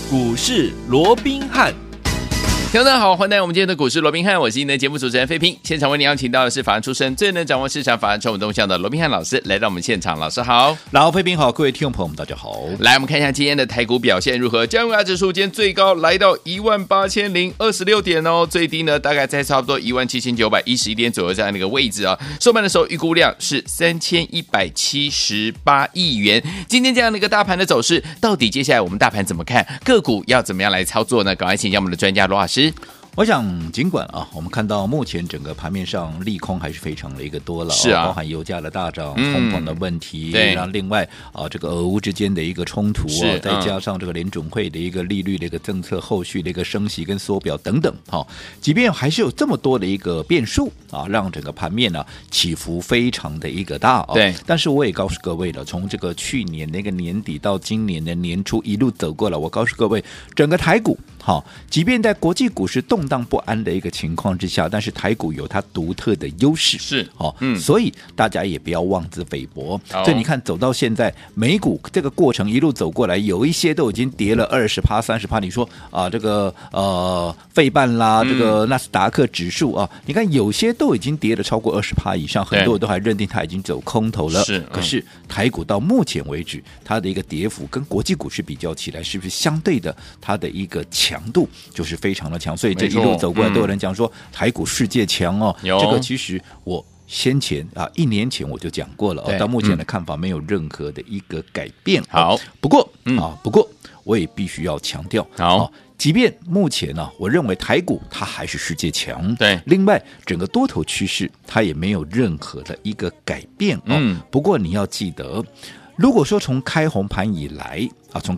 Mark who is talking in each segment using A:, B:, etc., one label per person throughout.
A: 股市罗宾汉。
B: 听众大家好，欢迎来到我们今天的股市罗宾汉，我是您的节目主持人费平。现场为您邀请到的是法案出身、最能掌握市场法案传闻动向的罗宾汉老师，来到我们现场。老师好。
C: 老费平好，各位听众朋友们大家好。
B: 来，我们看一下今天的台股表现如何。加权指数今天最高来到18026点哦，最低呢大概在差不多17911点左右这样的一个位置啊。收盘的时候预估量是3178亿元。今天这样的一个大盘的走势，到底接下来我们大盘怎么看？个股要怎么样来操作呢？赶快请教我们的专家罗老师。
C: 我想尽管我们看到目前整个盘面上利空还是非常的一个多了，
B: 是啊，
C: 包含油价的大涨、通膨的问题，然后另外这个俄乌之间的一个冲突再加上这个联准会的一个利率的一个政策后续的一个升息跟缩表等等，即便还是有这么多的一个变数让整个盘面起伏非常的一个大
B: 对，
C: 但是我也告诉各位了，从这个去年那个年底到今年的年初一路走过来，我告诉各位，整个台股即便在国际股市动荡不安的一个情况之下，但是台股有它独特的优势，
B: 是
C: 所以大家也不要妄自菲薄。所以你看，走到现在，美股这个过程一路走过来，有一些都已经跌了20%、30%。你说这个费半啦，这个纳斯达克指数你看有些都已经跌了超过20%以上，很多人都还认定它已经走空头了。可是台股到目前为止，它的一个跌幅跟国际股市比较起来，是不是相对的它的一个强度就是非常的强？所以这一路走过来，都有人讲说台股世界强这个其实我先前1年前我就讲过了到目前的看法没有任何的一个改变。
B: 好，
C: 不过我也必须要强调，即便目前我认为台股它还是世界强，
B: 对，
C: 另外整个多头趋势它也没有任何的一个改变不过你要记得，如果说从开红盘以来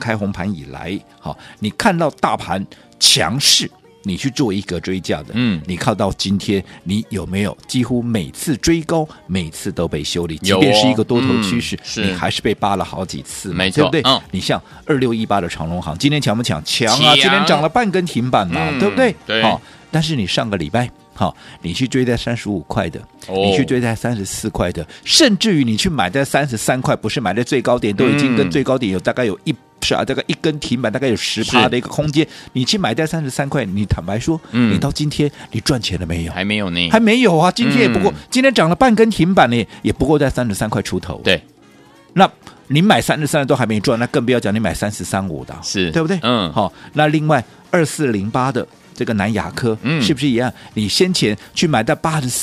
C: 你看到大盘强势，你去做一个追价的，你看到今天你有没有几乎每次追高，每次都被修理？即便是一个多头趋势，你还是被扒了好几次，
B: 没错，
C: 对不对？你像2618的长荣航，今天强不强？强啊！今天涨了半根停板嘛，对不对？
B: 对。
C: 但是你上个礼拜，你去追在35块的，你去追在34块的，甚至于你去买在33块，不是买在最高点，都已经跟最高点有大概有大概一根停板，大概有10%的一个空间，你去买在33块，你坦白说，你到今天你赚钱了没有？
B: 还没有呢，
C: 还没有啊！今天也不过，今天涨了半根停板呢，也不过在33块出头。
B: 对，
C: 那你买33都还没赚，那更不要讲你买33.5的，
B: 是
C: 对不对？好，那另外2408的这个南亚科，是不是一样？你先前去买到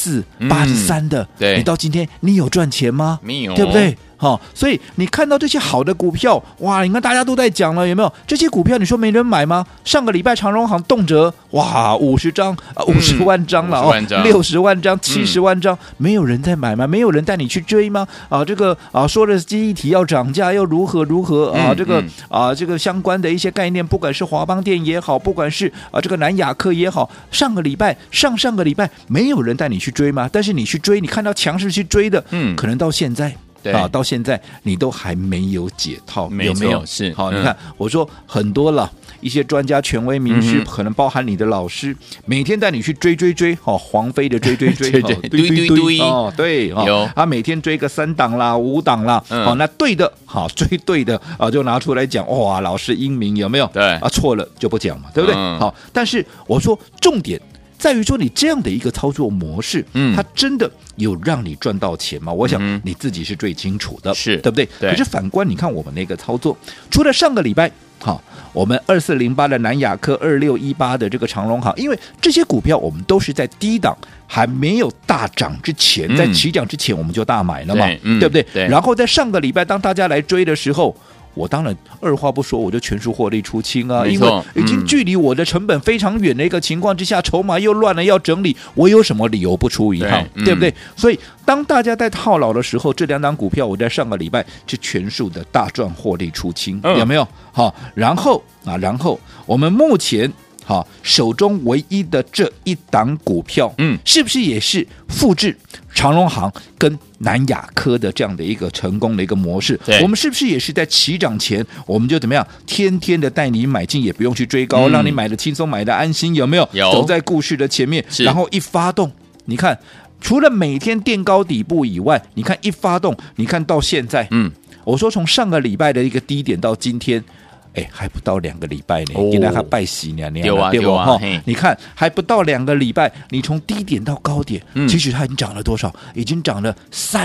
C: 84、83的，
B: 对，
C: 你到今天你有赚钱吗？
B: 没有，
C: 对不对？所以你看到这些好的股票，哇，你看大家都在讲了，有没有？这些股票你说没人买吗？上个礼拜长荣航动辄哇50张50万张了60万张、70万张，没有人在买吗？没有人带你去追吗？这个说的记忆体要涨价，要如何这个相关的一些概念，不管是华邦电也好，不管是这个南亚科也好，上个礼拜、上个礼拜没有人带你去追吗？但是你去追，你看到强势去追的，可能到现在。到现在你都还没有解套，有没有？
B: 是
C: 好，你看我说很多了，一些专家、权威、名师，可能包含你的老师，每天带你去追，黄飞的追，堆，对，有他每天追个3档啦、5档啦，那对的，追对的就拿出来讲，哇，老师英明，有没有？
B: 对
C: 错了就不讲嘛，对不对？好，但是我说重点在于说你这样的一个操作模式，它真的有让你赚到钱吗？我想你自己是最清楚的，
B: 是
C: 对不对？可是反观你看我们那个操作，除了上个礼拜我们2408的南亚科、2618的这个长荣航，因为这些股票我们都是在低档还没有大涨之前，在起涨之前我们就大买了嘛，对不对？然后在上个礼拜当大家来追的时候，我当然二话不说，我就全数获利出清啊！因为已经距离我的成本非常远的一个情况之下，筹码又乱了，要整理，我有什么理由不出一趟？对不对？所以当大家在套牢的时候，这2档股票我在上个礼拜是全数的大赚获利出清，有没有？好，然后我们目前手中唯一的这一档股票，是不是也是复制长荣航跟南亚科的这样的一个成功的一个模式？我们是不是也是在起涨前，我们就怎么样，天天的带你买进，也不用去追高，让你买的轻松，买的安心，有没有？走在故事的前面，然后一发动，你看，除了每天垫高底部以外，你看一发动，你看到现在，我说从上个礼拜的一个低点到今天。 还不到2个礼拜呢，
B: 哦
C: 给大家拜喜娘娘了，
B: 对吧？
C: 你看还不到2个礼拜，你从低点到高点，其实它已经涨了多少？已经涨了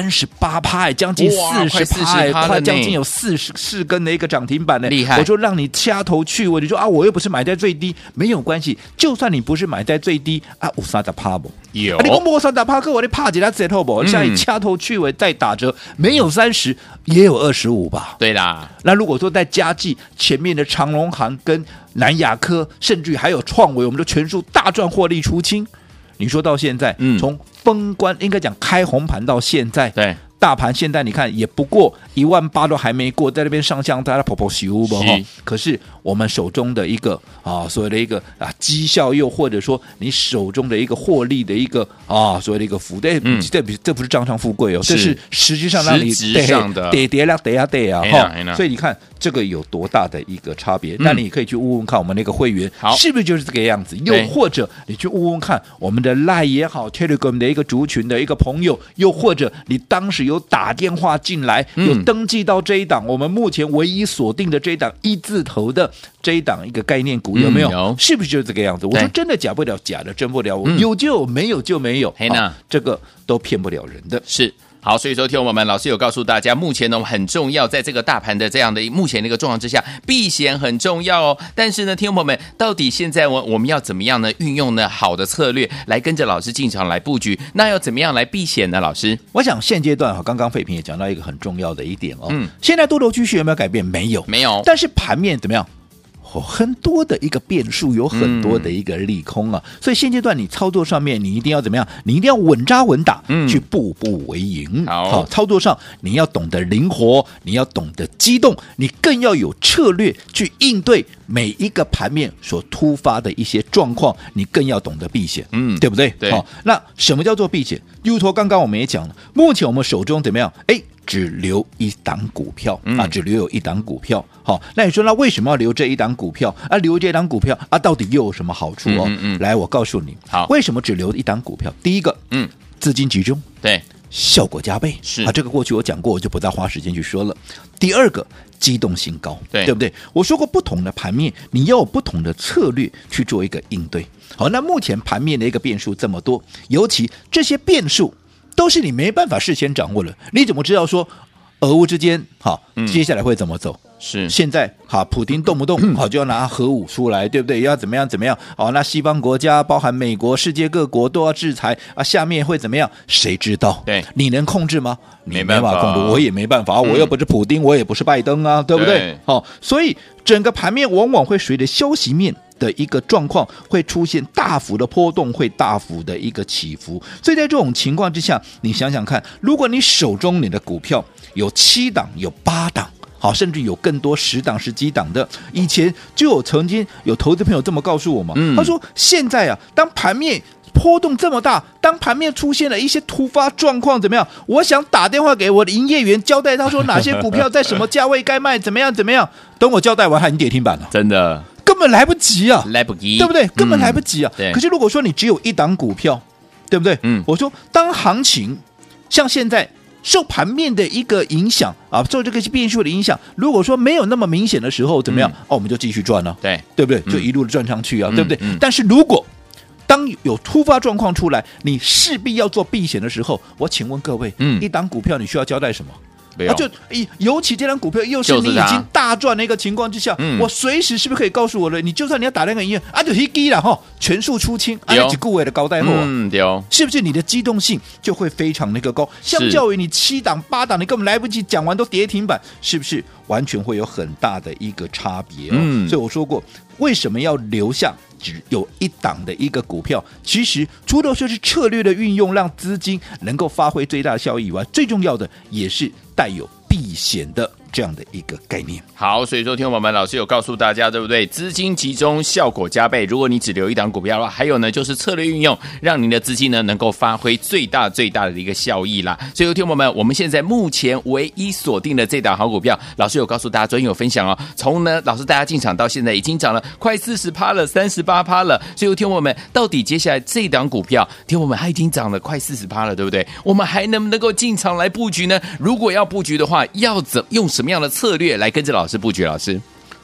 C: 38%，将近40%，快将近有44根的一个涨停板呢，
B: 厉害！
C: 我就让你掐头去尾，你说啊，我又不是买在最低，没有关系，就算你不是买在最低啊，有30%不？
B: 有，
C: 你讲没30%，可我得怕几他折头不？像你掐头去尾再打折，没有30也有25吧？
B: 对啦。
C: 那如果说再加计前面的长荣航跟南亚科，甚至于还有创维，我们就全数大赚获利出清。你说到现在，从封关应该讲开红盘到现在，
B: 对。
C: 大盘现在你看也不过18000都还没过，在那边上下大家跑修吧哈。可是我们手中的一个所谓的一个绩效，又或者说你手中的一个获利的一个所谓的一个福袋，这不是账上富贵哦，这是实际上让你
B: 实质上的
C: 跌啊哈。所以你看这个有多大的一个差别？那你可以去问问看我们那个会员是不是就是这个样子，又或者你去问问看我们的 LINE 也好 Telegram 的一个族群的一个朋友，又或者你当时有打电话进来，有登记到这一档我们目前唯一锁定的这一档一字头的这一档一个概念股，有没有？
B: 有，
C: 是不是就是这个样子？我说真的假不了，假的真不了，有就有，没有就没有，这个都骗不了人的。
B: 是。好，所以说听我们老师有告诉大家，目前呢很重要，在这个大盘的这样的目前的一个状况之下，避险很重要哦。但是呢，听众朋友们，到底现在我们要怎么样呢？运用呢好的策略来跟着老师进场来布局，那要怎么样来避险呢？老师，
C: 我想现阶段刚刚废平也讲到一个很重要的一点哦，现在多头趋势有没有改变？没有，
B: 没有。
C: 但是盘面怎么样？很多的一个变数，有很多的一个利空啊，所以现阶段你操作上面，你一定要怎么样？你一定要稳扎稳打，去步步为营。好，操作上你要懂得灵活，你要懂得机动，你更要有策略去应对每一个盘面所突发的一些状况，你更要懂得避险，对不对？
B: 对。
C: 好，那什么叫做避险？例如说刚刚我们也讲了，目前我们手中怎么样？只留一档股票只留有一档股票。好，那你说那为什么要留这一档股票啊？留这档股票啊，到底又有什么好处哦？来，我告诉你，好，为什么只留一档股票？第一个，资金集中，
B: 对，
C: 效果加倍，
B: 是
C: 这个过去我讲过，我就不再花时间去说了。第二个，机动性高，对不对？我说过，不同的盘面，你要有不同的策略去做一个应对。好，那目前盘面的一个变数这么多，尤其这些变数都是你没办法事先掌握了，你怎么知道说俄乌之间接下来会怎么走？
B: 是
C: 现在普丁动不动就要拿核武出来，对不对？要怎么样？那西方国家包含美国、世界各国都要制裁啊，下面会怎么样？谁知道？
B: 对，
C: 你能控制吗？
B: 没办法
C: 控制，我也没办法，我又不是普丁，我也不是拜登啊，对不对？所以整个盘面往往会随着消息面的一个状况会出现大幅的波动，会大幅的一个起伏。所以在这种情况之下，你想想看，如果你手中你的股票有7档有8档，好，甚至有更多10档10几档的，以前就有曾经有投资朋友这么告诉我嘛，他说现在当盘面波动这么大，当盘面出现了一些突发状况，怎么样？我想打电话给我的营业员交代，他说哪些股票在什么价位该卖，怎么样？等我交代完，他已经跌停板了，
B: 真的
C: 根本来不及啊，
B: 来不及，
C: 对不对？根本来不及啊。
B: 对。
C: 可是如果说你只有一档股票，对不对？我说当行情像现在受盘面的一个影响受这个变数的影响，如果说没有那么明显的时候，怎么样？我们就继续赚了，对不对？就一路的赚上去啊，对不对？但是如果当有突发状况出来，你势必要做避险的时候，我请问各位，一档股票你需要交代什么？就尤其这张股票又是你已经大赚的一个情况之下，我随时是不是可以告诉我了？你就算你要打那个营业就一低了全数出清，几顾位的高带货，是不是你的机动性就会非常那个高？相较于你7档8档，你根本来不及讲完都跌停板，是不是完全会有很大的一个差别？所以我说过，为什么要留下只有一档的一个股票？其实除了说是策略的运用，让资金能够发挥最大的效益以外，最重要的也是带有避险的这样的一个概念。
B: 好，所以说听众朋友们，老师有告诉大家，对不对？资金集中，效果加倍。如果你只留一档股票的话，还有呢，就是策略运用，让您的资金呢能够发挥最大的一个效益啦。所以听众朋友们，我们现在目前唯一锁定的这档好股票，老师有告诉大家，昨天有分享哦。从呢老师大家进场到现在，已经涨了快40%了，38%了。所以听众朋友们，到底接下来这档股票，听众朋友们它已经涨了快40%了，对不对？我们还能不能够进场来布局呢？如果要布局的话，要用什么样的策略来跟着老师布局？老师，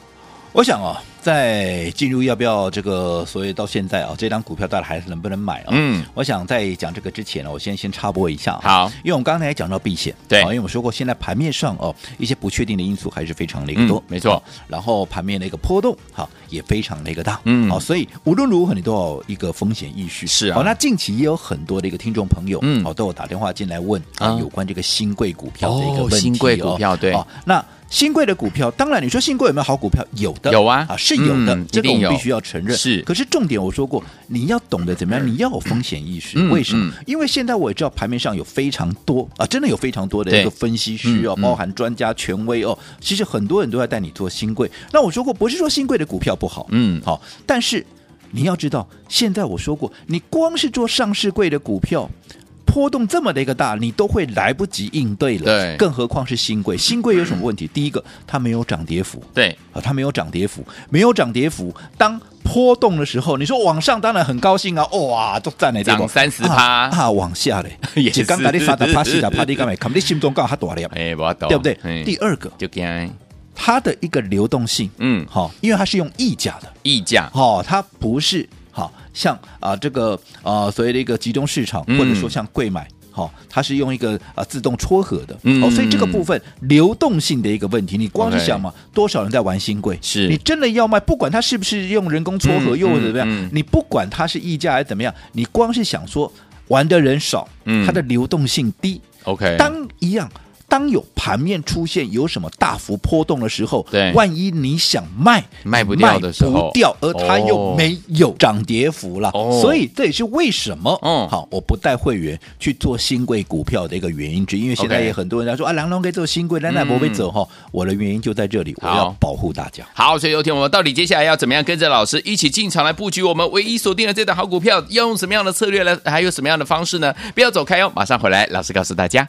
C: 我想哦，在进入要不要这个所谓到现在啊，这张股票到底还能不能买啊？我想在讲这个之前呢，我先插播一下啊。
B: 好，
C: 因为我们刚才也讲到避险，
B: 对，
C: 因为我们说过，现在盘面上哦，一些不确定的因素还是非常的一个多，
B: 没错。
C: 然后盘面的一个波动，好，也非常的一个大，
B: 好，
C: 所以无论如何你都要一个风险意识。
B: 是啊，
C: 好，那近期也有很多的一个听众朋友，好，都有打电话进来问有关这个新贵股票的一个问题，
B: 新贵股票，对，
C: 那。新贵的股票，当然你说新贵有没有好股票？有的，
B: 有啊，
C: 是有的，这个我们必须要承认。
B: 是，
C: 可是重点我说过，你要懂得怎么样，你要有风险意识。为什么？因为现在我也知道盘面上有非常多啊，真的有非常多的一个分析师哦，包含专家权威哦，其实很多人都在带你做新贵。那我说过，不是说新贵的股票不好，好，但是你要知道，现在我说过，你光是做上市柜的股票。波动这么的一个大，你都会来不及应对了，
B: 对，
C: 更何况是新贵。新贵有什么问题？第一个，它没有涨跌幅，
B: 对
C: 啊，它没有涨跌幅，没有涨跌幅。当波动的时候，你说往上当然很高兴啊，哇，都赞了，
B: 涨30%
C: 啊，往下嘞，
B: 也是，
C: 刚才你3%、4%，你干嘛？看你心中刚好多了，对不对？第二个，
B: 就惊
C: 它的一个流动性，好，因为它是用溢价的，
B: 溢价，
C: 好，它不是。好像这个所谓的一个集中市场，或者说像柜买，它是用一个自动撮合的，所以这个部分流动性的一个问题，你光是想嘛，多少人在玩新贵，
B: 是
C: 你真的要卖，不管它是不是用人工撮合，又或者怎么样，你不管它是溢价还是怎么样，你光是想说玩的人少，它的流动性低
B: ，OK，
C: 当有盘面出现有什么大幅波动的时候，
B: 对，
C: 万一你想卖
B: 不掉的时候，
C: 卖不掉，而它又没有涨跌幅了，所以这也是为什么，好，我不带会员去做新贵股票的一个原因之一，因为现在也很多人在说狼龙可以做新贵，那不会走哈，我的原因就在这里，我要保护大家。
B: 好，所以有天我们到底接下来要怎么样跟着老师一起进场来布局我们唯一锁定的这档好股票，要用什么样的策略来，还有什么样的方式呢？不要走开哦，马上回来，老师告诉大家。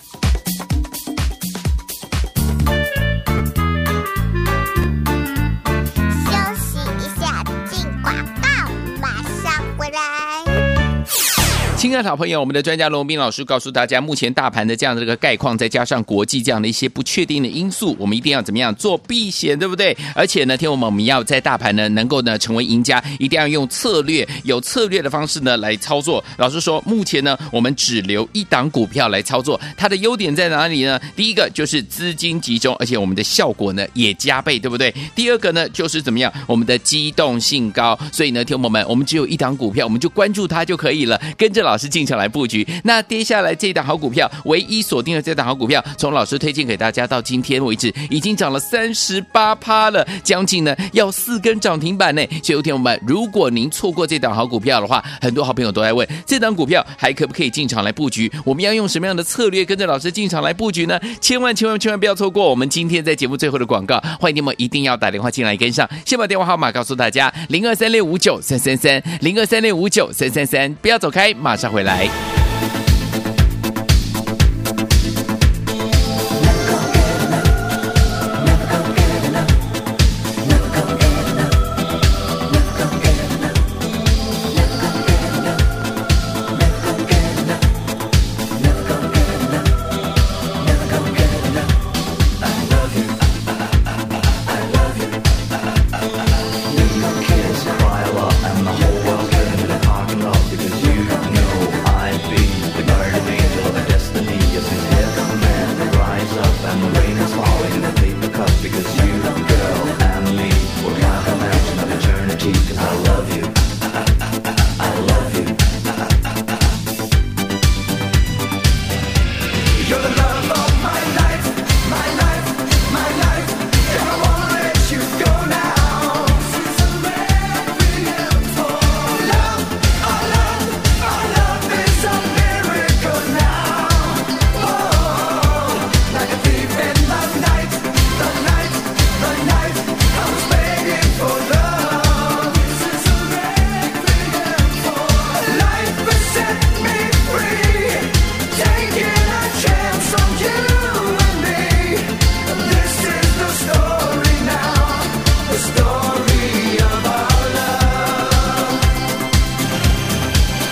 B: 亲爱的好朋友，我们的专家罗文彬老师告诉大家，目前大盘的这样的一个概况，再加上国际这样的一些不确定的因素，我们一定要怎么样做避险，对不对？而且呢，听我们要在大盘呢能够呢成为赢家，一定要用策略，有策略的方式呢来操作。老师说，目前呢我们只留一档股票来操作，它的优点在哪里呢？第一个就是资金集中，而且我们的效果呢也加倍，对不对？第二个呢就是怎么样，我们的机动性高，所以呢，听我们只有一档股票，我们就关注它就可以了，跟着老师进场来布局。那接下来这一档好股票，唯一锁定的这档好股票，从老师推荐给大家到今天为止，已经涨了38%了，将近呢要4根涨停板呢。所以有天我们，如果您错过这档好股票的话，很多好朋友都在问，这档股票还可不可以进场来布局？我们要用什么样的策略跟着老师进场来布局呢？千万不要错过我们今天在节目最后的广告，欢迎你们一定要打电话进来跟上。先把电话号码告诉大家，0236593330，0236593333，不要走开，马上回来。
D: I've been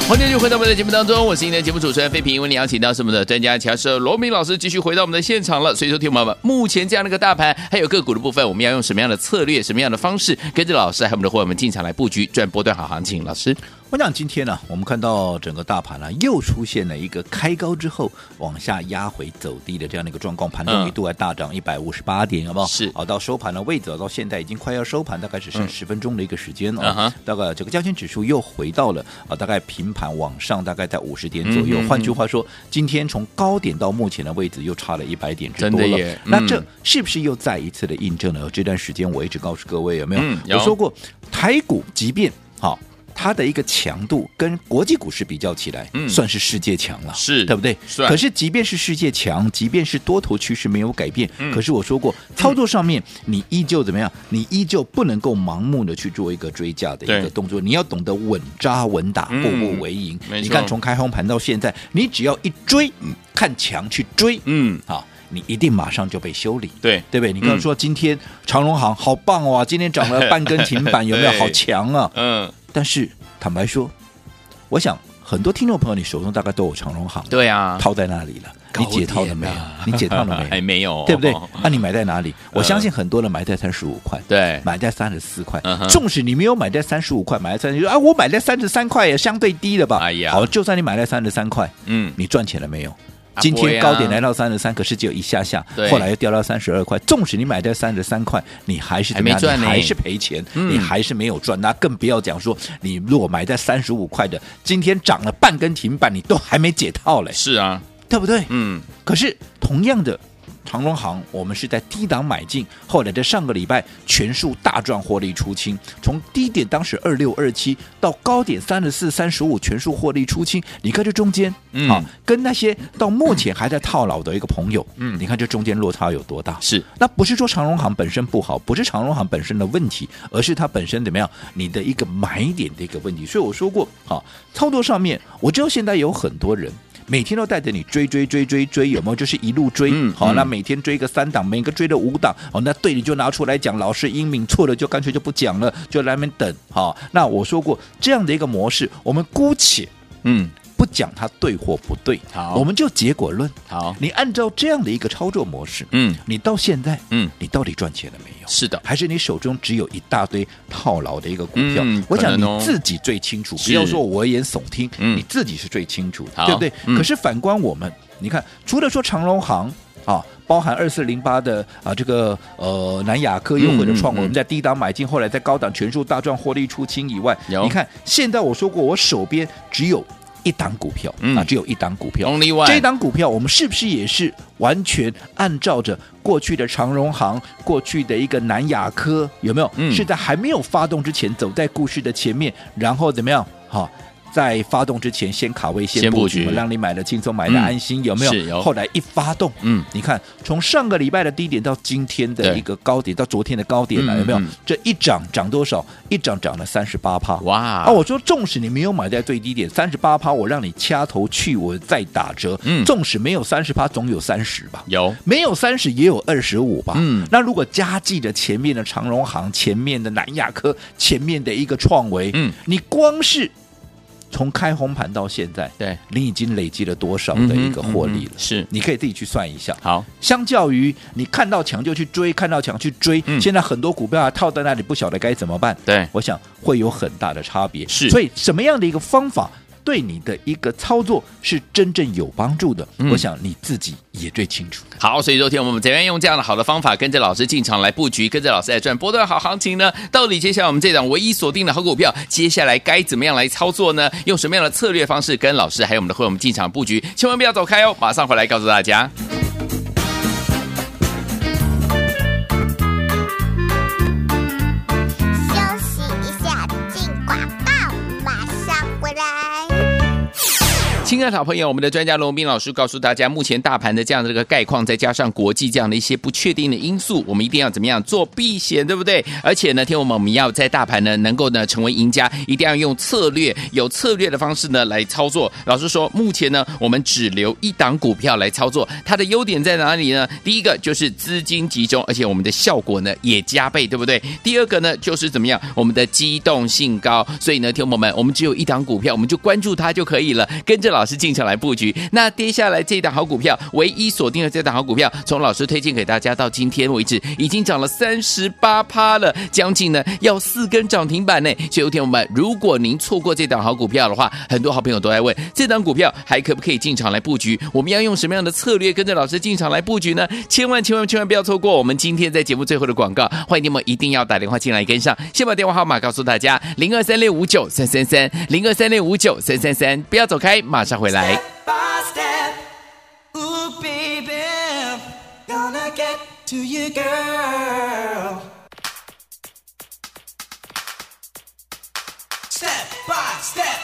B: 欢迎继续回到我们的节目当中，我是您的节目主持人费平。为您邀请到是我们的专家乔师罗明老师，继续回到我们的现场了。所以说，听众朋友们，目前这样的一个大盘，还有个股的部分，我们要用什么样的策略、什么样的方式，跟着老师还有我们的伙伴们进场来布局赚波段好行情？老师，
C: 我想今天呢，我们看到整个大盘呢，又出现了一个开高之后往下压回走低的这样的一个状况，盘中一度还大涨158点，有没有？
B: 是。
C: 到收盘的位置，到现在已经快要收盘，大概只剩10分钟的一个时间哦。大概这个加权指数又回到了大概平盘往上，大概在50点左右。换句话说，今天从高点到目前的位置又差了100点之多了。
B: 真的耶。
C: 那这是不是又再一次的印证了这段时间我一直告诉各位有没有？我说过，台股即便好。它的一个强度跟国际股市比较起来，算是世界强了，
B: 是
C: 对不对？可是即便是世界强，即便是多头趋势没有改变，可是我说过，操作上面你依旧怎么样？你依旧不能够盲目的去做一个追价的一个动作，你要懂得稳扎稳打，步步为营。你看从开红盘到现在，你只要一追，看强去追，你一定马上就被修理，对不对？你刚刚说今天长荣航好棒哦，今天涨了半根停板，有没有？好强啊！但是坦白说，我想很多听众朋友，你手中大概都有长荣航，
B: 对啊，
C: 套在那里了，你解套了没有？你解套了没有？
B: 还没有，
C: 对不对？那你买在哪里？我相信很多人买在35块，
B: 对，
C: 买在34块。纵使你没有买在35块，买在34，我买在33块也相对低了吧？哎呀，好，就算你买在33块，你赚钱了没有？今天高点来到33，可是只有一下下，后来又掉到32块。纵使你买在33块，你还是怎么样？你还是赔钱，你还是没有赚。那更不要讲说，你如果买在35块的，今天涨了半根停板，你都还没解套嘞。
B: 是啊，
C: 对不对？可是同样的。长荣航我们是在低档买进，后来在上个礼拜全数大赚获利出清，从低点当时26、27到高点34、35全数获利出清。你看这中间，跟那些到目前还在套牢的一个朋友，你看这中间落差有多大？是，那不是说长荣航本身不好，不是长荣航本身的问题，而是它本身怎么样？你的一个买点的一个问题。所以我说过，操作上面，我知道现在有很多人。每天都带着你追，有没有？就是一路追，好，那每天追个3档，每个追了5档，好，那对你就拿出来讲，老师英明，错了就干脆就不讲了，就来那边等，好，那我说过这样的一个模式，我们姑且，不讲它对或不对，好，我们就结果论。好，你按照这样的一个操作模式，你到现在，你到底赚钱了没有？是的，还是你手中只有一大堆套牢的一个股票？我想你自己最清楚，不要说我危言耸听，你自己是最清楚的，对不对？可是反观我们，你看，除了说长荣航啊，包含2408的这个南亚科又或者创维，我们在低档买进，后来在高档全数大赚获利出清以外，你看现在我说过，我手边只有一档股票只有一档股票，这一档股票我们是不是也是完全按照着过去的长荣航、过去的一个南亚科，有没有？是在还没有发动之前走在故事的前面，然后怎么样？好。在发动之前先卡位先布局，让你买的轻松买的安心，有没有？后来一发动，你看从上个礼拜的低点到今天的一个高点，到昨天的高点了，有没有？这一涨涨多少？一涨涨了38%，哇！我说纵使你没有买在最低点38%，我让你掐头去尾再打折，纵使没有30%，总有30吧？有没有30也有25吧？那如果加计的前面的长荣航、前面的南亚科、前面的一个创维，你光是从开红盘到现在，对，你已经累积了多少的一个获利了？是，你可以自己去算一下。好，相较于你看到强就去追，看到强去追，现在很多股票套在那里，不晓得该怎么办。对，我想会有很大的差别。是，所以什么样的一个方法对你的一个操作是真正有帮助的？我想你自己也最清楚。
B: 好，所以昨天我们怎样用这样的好的方法跟着老师进场来布局，跟着老师来赚波段好行情呢？到底接下来我们这档唯一锁定的好股票，接下来该怎么样来操作呢？用什么样的策略方式跟老师还有我们的会员们进场布局？千万不要走开哦，马上回来告诉大家。亲亲爱的好朋友，我们的专家罗文彬老师告诉大家，目前大盘的这样的一个概况，再加上国际这样的一些不确定的因素，我们一定要怎么样做避险，对不对？而且呢，听我们要在大盘呢能够呢成为赢家，一定要用策略，有策略的方式呢来操作。老师说，目前呢我们只留一档股票来操作，它的优点在哪里呢？第一个就是资金集中，而且我们的效果呢也加倍，对不对？第二个呢就是怎么样，我们的机动性高，所以呢，听我们，我们只有一档股票，我们就关注它就可以了，跟着老师进场来布局。那接下来这一档好股票，唯一锁定的这档好股票，从老师推荐给大家到今天为止，已经涨了38%了，将近呢要4根涨停板呢。所以有天我们，如果您错过这档好股票的话，很多好朋友都在问，这档股票还可不可以进场来布局？我们要用什么样的策略跟着老师进场来布局呢？千万不要错过我们今天在节目最后的广告，欢迎你们一定要打电话进来跟上。先把电话号码告诉大家，0236593330，0236593333，不要走开，马上回来。
D: Ooh, baby, gonna get to you, girl. Step by step.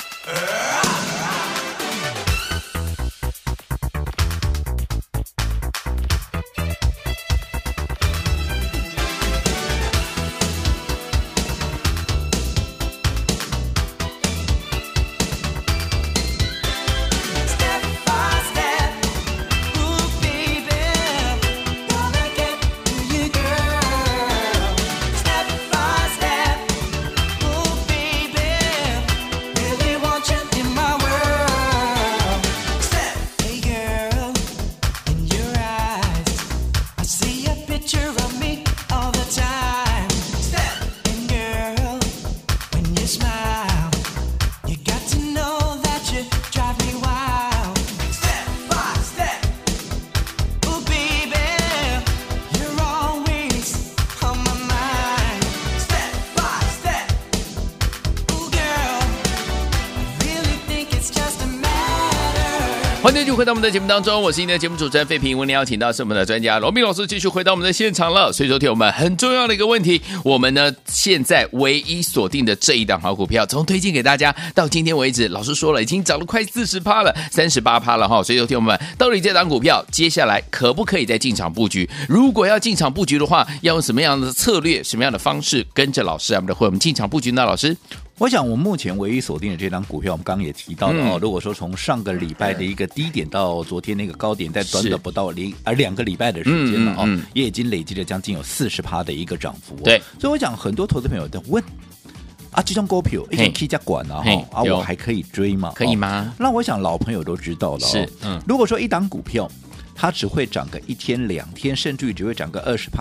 B: 欢迎继续回到我们的节目当中，我是今天的节目主持人费平。为您邀请到是我们的专家罗彬老师，继续回到我们的现场了。所以说，听我们很重要的一个问题，我们呢现在唯一锁定的这一档好股票，从推荐给大家到今天为止，老师说了，已经涨了快40%了，38%了哈。所以说，听我们到底这档股票接下来可不可以再进场布局？如果要进场布局的话，要用什么样的策略、什么样的方式，跟着老师我们的会我们进场布局呢？老师？
C: 我想，我目前唯一锁定的这张股票，我们刚刚也提到了哦。如果说从上个礼拜的一个低点到昨天那个高点，在短短不到2个礼拜的时间了哦，也已经累积了将近有40%的一个涨幅、哦。对，所以我想很多投资朋友在问啊，这张股票已经可以加管了哈，我还可以追吗？
B: 可以吗？
C: 那我想老朋友都知道了、哦，是如果说一档股票，它只会涨个1天2天，甚至于只会涨个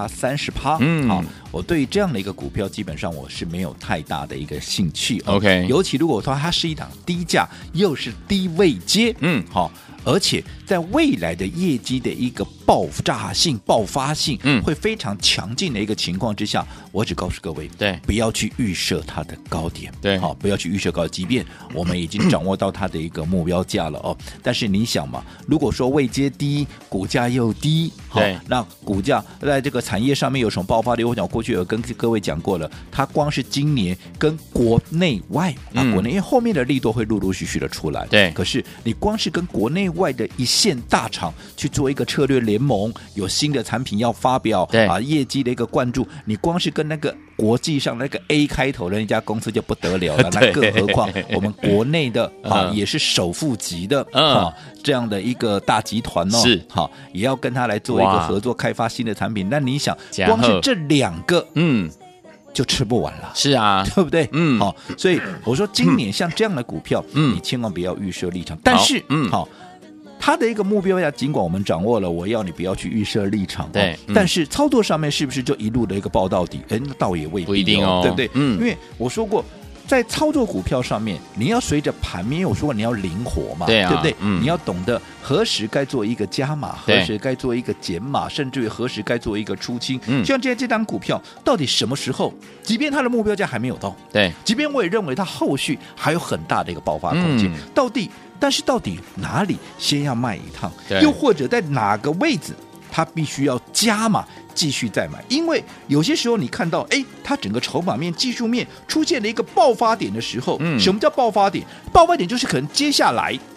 C: 20%、30%。好，我对于这样的一个股票，基本上我是没有太大的一个兴趣。OK， 尤其如果说它是一档低价又是低位阶，好。而且在未来的业绩的一个爆炸性、爆发性，会非常强劲的一个情况之下，我只告诉各位，对，不要去预设它的高点，对，好，不要去预设高，即便我们已经掌握到它的一个目标价了哦，但是你想嘛，如果说位阶低，股价又低，对，那股价在这个产业上面有什么爆发力？我讲过去有跟各位讲过了，它光是今年跟国内外，国内因为后面的利多会陆陆续续的出来，对，可是你光是跟国内外的一线大厂去做一个策略联盟，有新的产品要发表，业绩的一个灌注，你光是跟那个国际上那个 A 开头的那家公司就不得了了，那更何况我们国内的也是首富级的这样的一个大集团哦，是好也要跟他来做一个合作，开发新的产品。那你想，光是这2个，就吃不完了，是啊，对不对？好，所以我说今年像这样的股票，你千万不要预设立场。但是，好，它的一个目标价，尽管我们掌握了，我要你不要去预设立场，对，但是操作上面是不是就一路的一个抱到底？那倒也未必，不一定哦，对不对？因为我说过。在操作股票上面，你要随着盘面，我说过你要灵活嘛，对不对？你要懂得何时该做一个加码，何时该做一个减码，甚至于何时该做一个出清。像这档股票，到底什么时候？即便它的目标价还没有到，对，即便我也认为它后续还有很大的一个爆发空间，但是到底哪里先要卖一趟，又或者在哪个位置？它必须要加码，继续再买，因为有些时候你看到，它整个筹码面、技术面出现了一个爆发点的时候，什么叫爆发点？爆发点就是可能接下来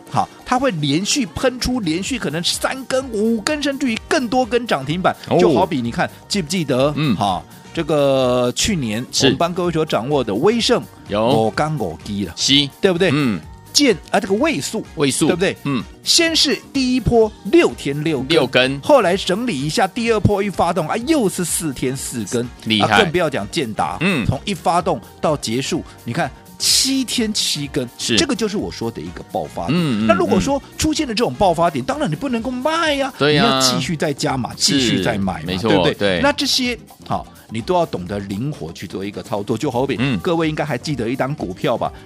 C: 好，它会连续喷出，连续可能3根、5根，甚至于更多根涨停板。就好比你看，记不记得？好，这个去年我们帮各位所掌握的威盛
B: 有
C: 5刚5基了，对不对？这个位数对不对？先是第一波6天6根，后来整理一下，第二波一发动又是4天4根，
B: 厉害！
C: 更不要讲建达，从一发动到结束，你看7天7根，这个就是我说的一个爆发点。那如果说出现了这种爆发点，当然你不能够卖呀，你要继续再加码，继续再买嘛，
B: 没错，
C: 对不对？
B: 对，
C: 那这些好。你都要懂得灵活去做一个操作，就好比各位应该还记得一档股票吧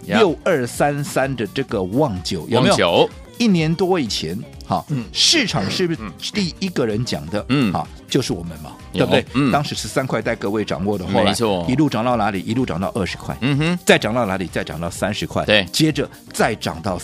C: ，6233的这个旺九有没有？1年多以前，市场是不是第一个人讲的？就是我们嘛，对不对？当时13块带各位掌握的，后来一路涨到哪里？一路涨到20块，再涨到哪里？再涨到30块，对，接着再涨到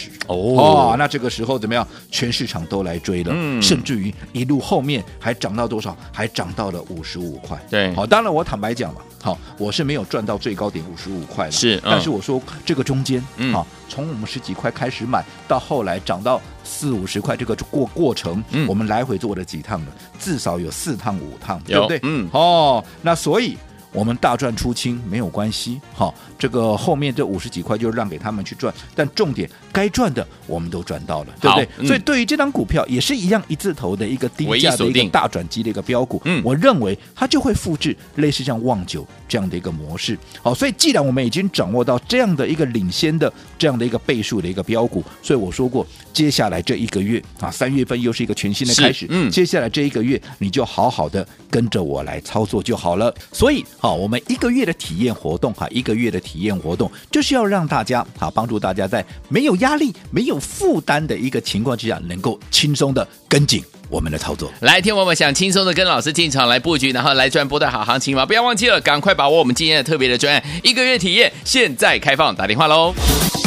C: 40。那这个时候怎么样？全市场都来追了，甚至于一路后面还涨到多少？还涨到了55块。对，好，当然我坦白讲嘛，好，我是没有赚到最高点55块了，但是我说这个中间，从我们10几块开始买，到后来涨到40、50块，这个过程，我们来回做了几趟了，至少有4趟5趟，对不对？那所以我们大赚出清没有关系，这个后面这50几块就让给他们去赚，但重点该赚的我们都赚到了，对不对？所以对于这张股票也是一样一字头的一个低价的一个大转机的一个标股，我认为它就会复制类似像旺九这样的一个模式。好，所以既然我们已经掌握到这样的一个领先的这样的一个倍数的一个标股，所以我说过，接下来这1个月3月份又是一个全新的开始，接下来这1个月你就好好的跟着我来操作就好了。所以我们1个月的体验活动1个月的体验活动就是要让大家帮助大家在没有压力、没有负担的一个情况之下，能够轻松的跟紧我们的操作。
B: 来，听我们想轻松的跟老师进场来布局，然后来赚波段好行情吗？不要忘记了，赶快把握我们今天的特别的专案1个月体验，现在开放，打电话喽。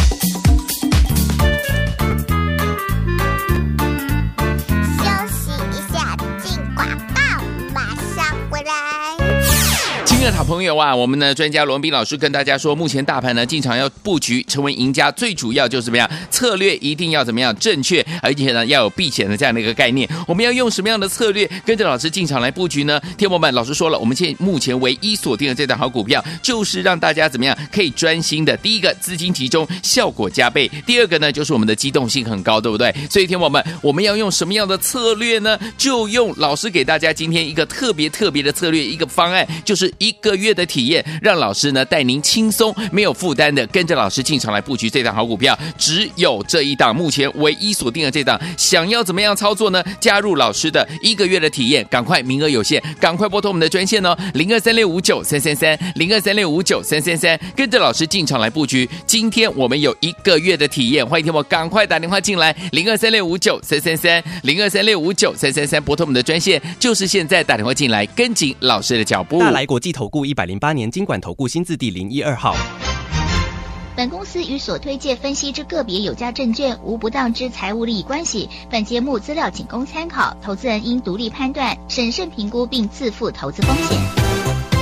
B: 亲爱的好朋友啊，我们的专家罗文彬老师跟大家说，目前大盘呢进场要布局成为赢家，最主要就是怎么样，策略一定要怎么样正确，而且呢要有避险的这样的一个概念。我们要用什么样的策略跟着老师进场来布局呢？天友们，老师说了，我们目前唯一锁定的这档好股票，就是让大家怎么样可以专心的，第一个资金集中，效果加倍；第二个呢就是我们的机动性很高，对不对？所以天友们，我们要用什么样的策略呢？就用老师给大家今天一个特别的策略，一个方案，就是1个月的体验，让老师呢带您轻松没有负担的跟着老师进场来布局这档好股票，只有这一档，目前唯一锁定的这档。想要怎么样操作呢？加入老师的1个月的体验，赶快，名额有限，赶快拨通我们的专线哦，0236593333，0236593333，跟着老师进场来布局。今天我们有1个月的体验，欢迎听我赶快打电话进来，0236593333，0236593333，拨通我们的专线，就是现在打电话进来，跟紧老师的脚步。
E: 大来国际投顾108年金管投顾新字第012号。
F: 本公司与所推介分析之个别有价证券无不当之财务利益关系。本节目资料仅供参考，投资人应独立判断、审慎评估并自负投资风险。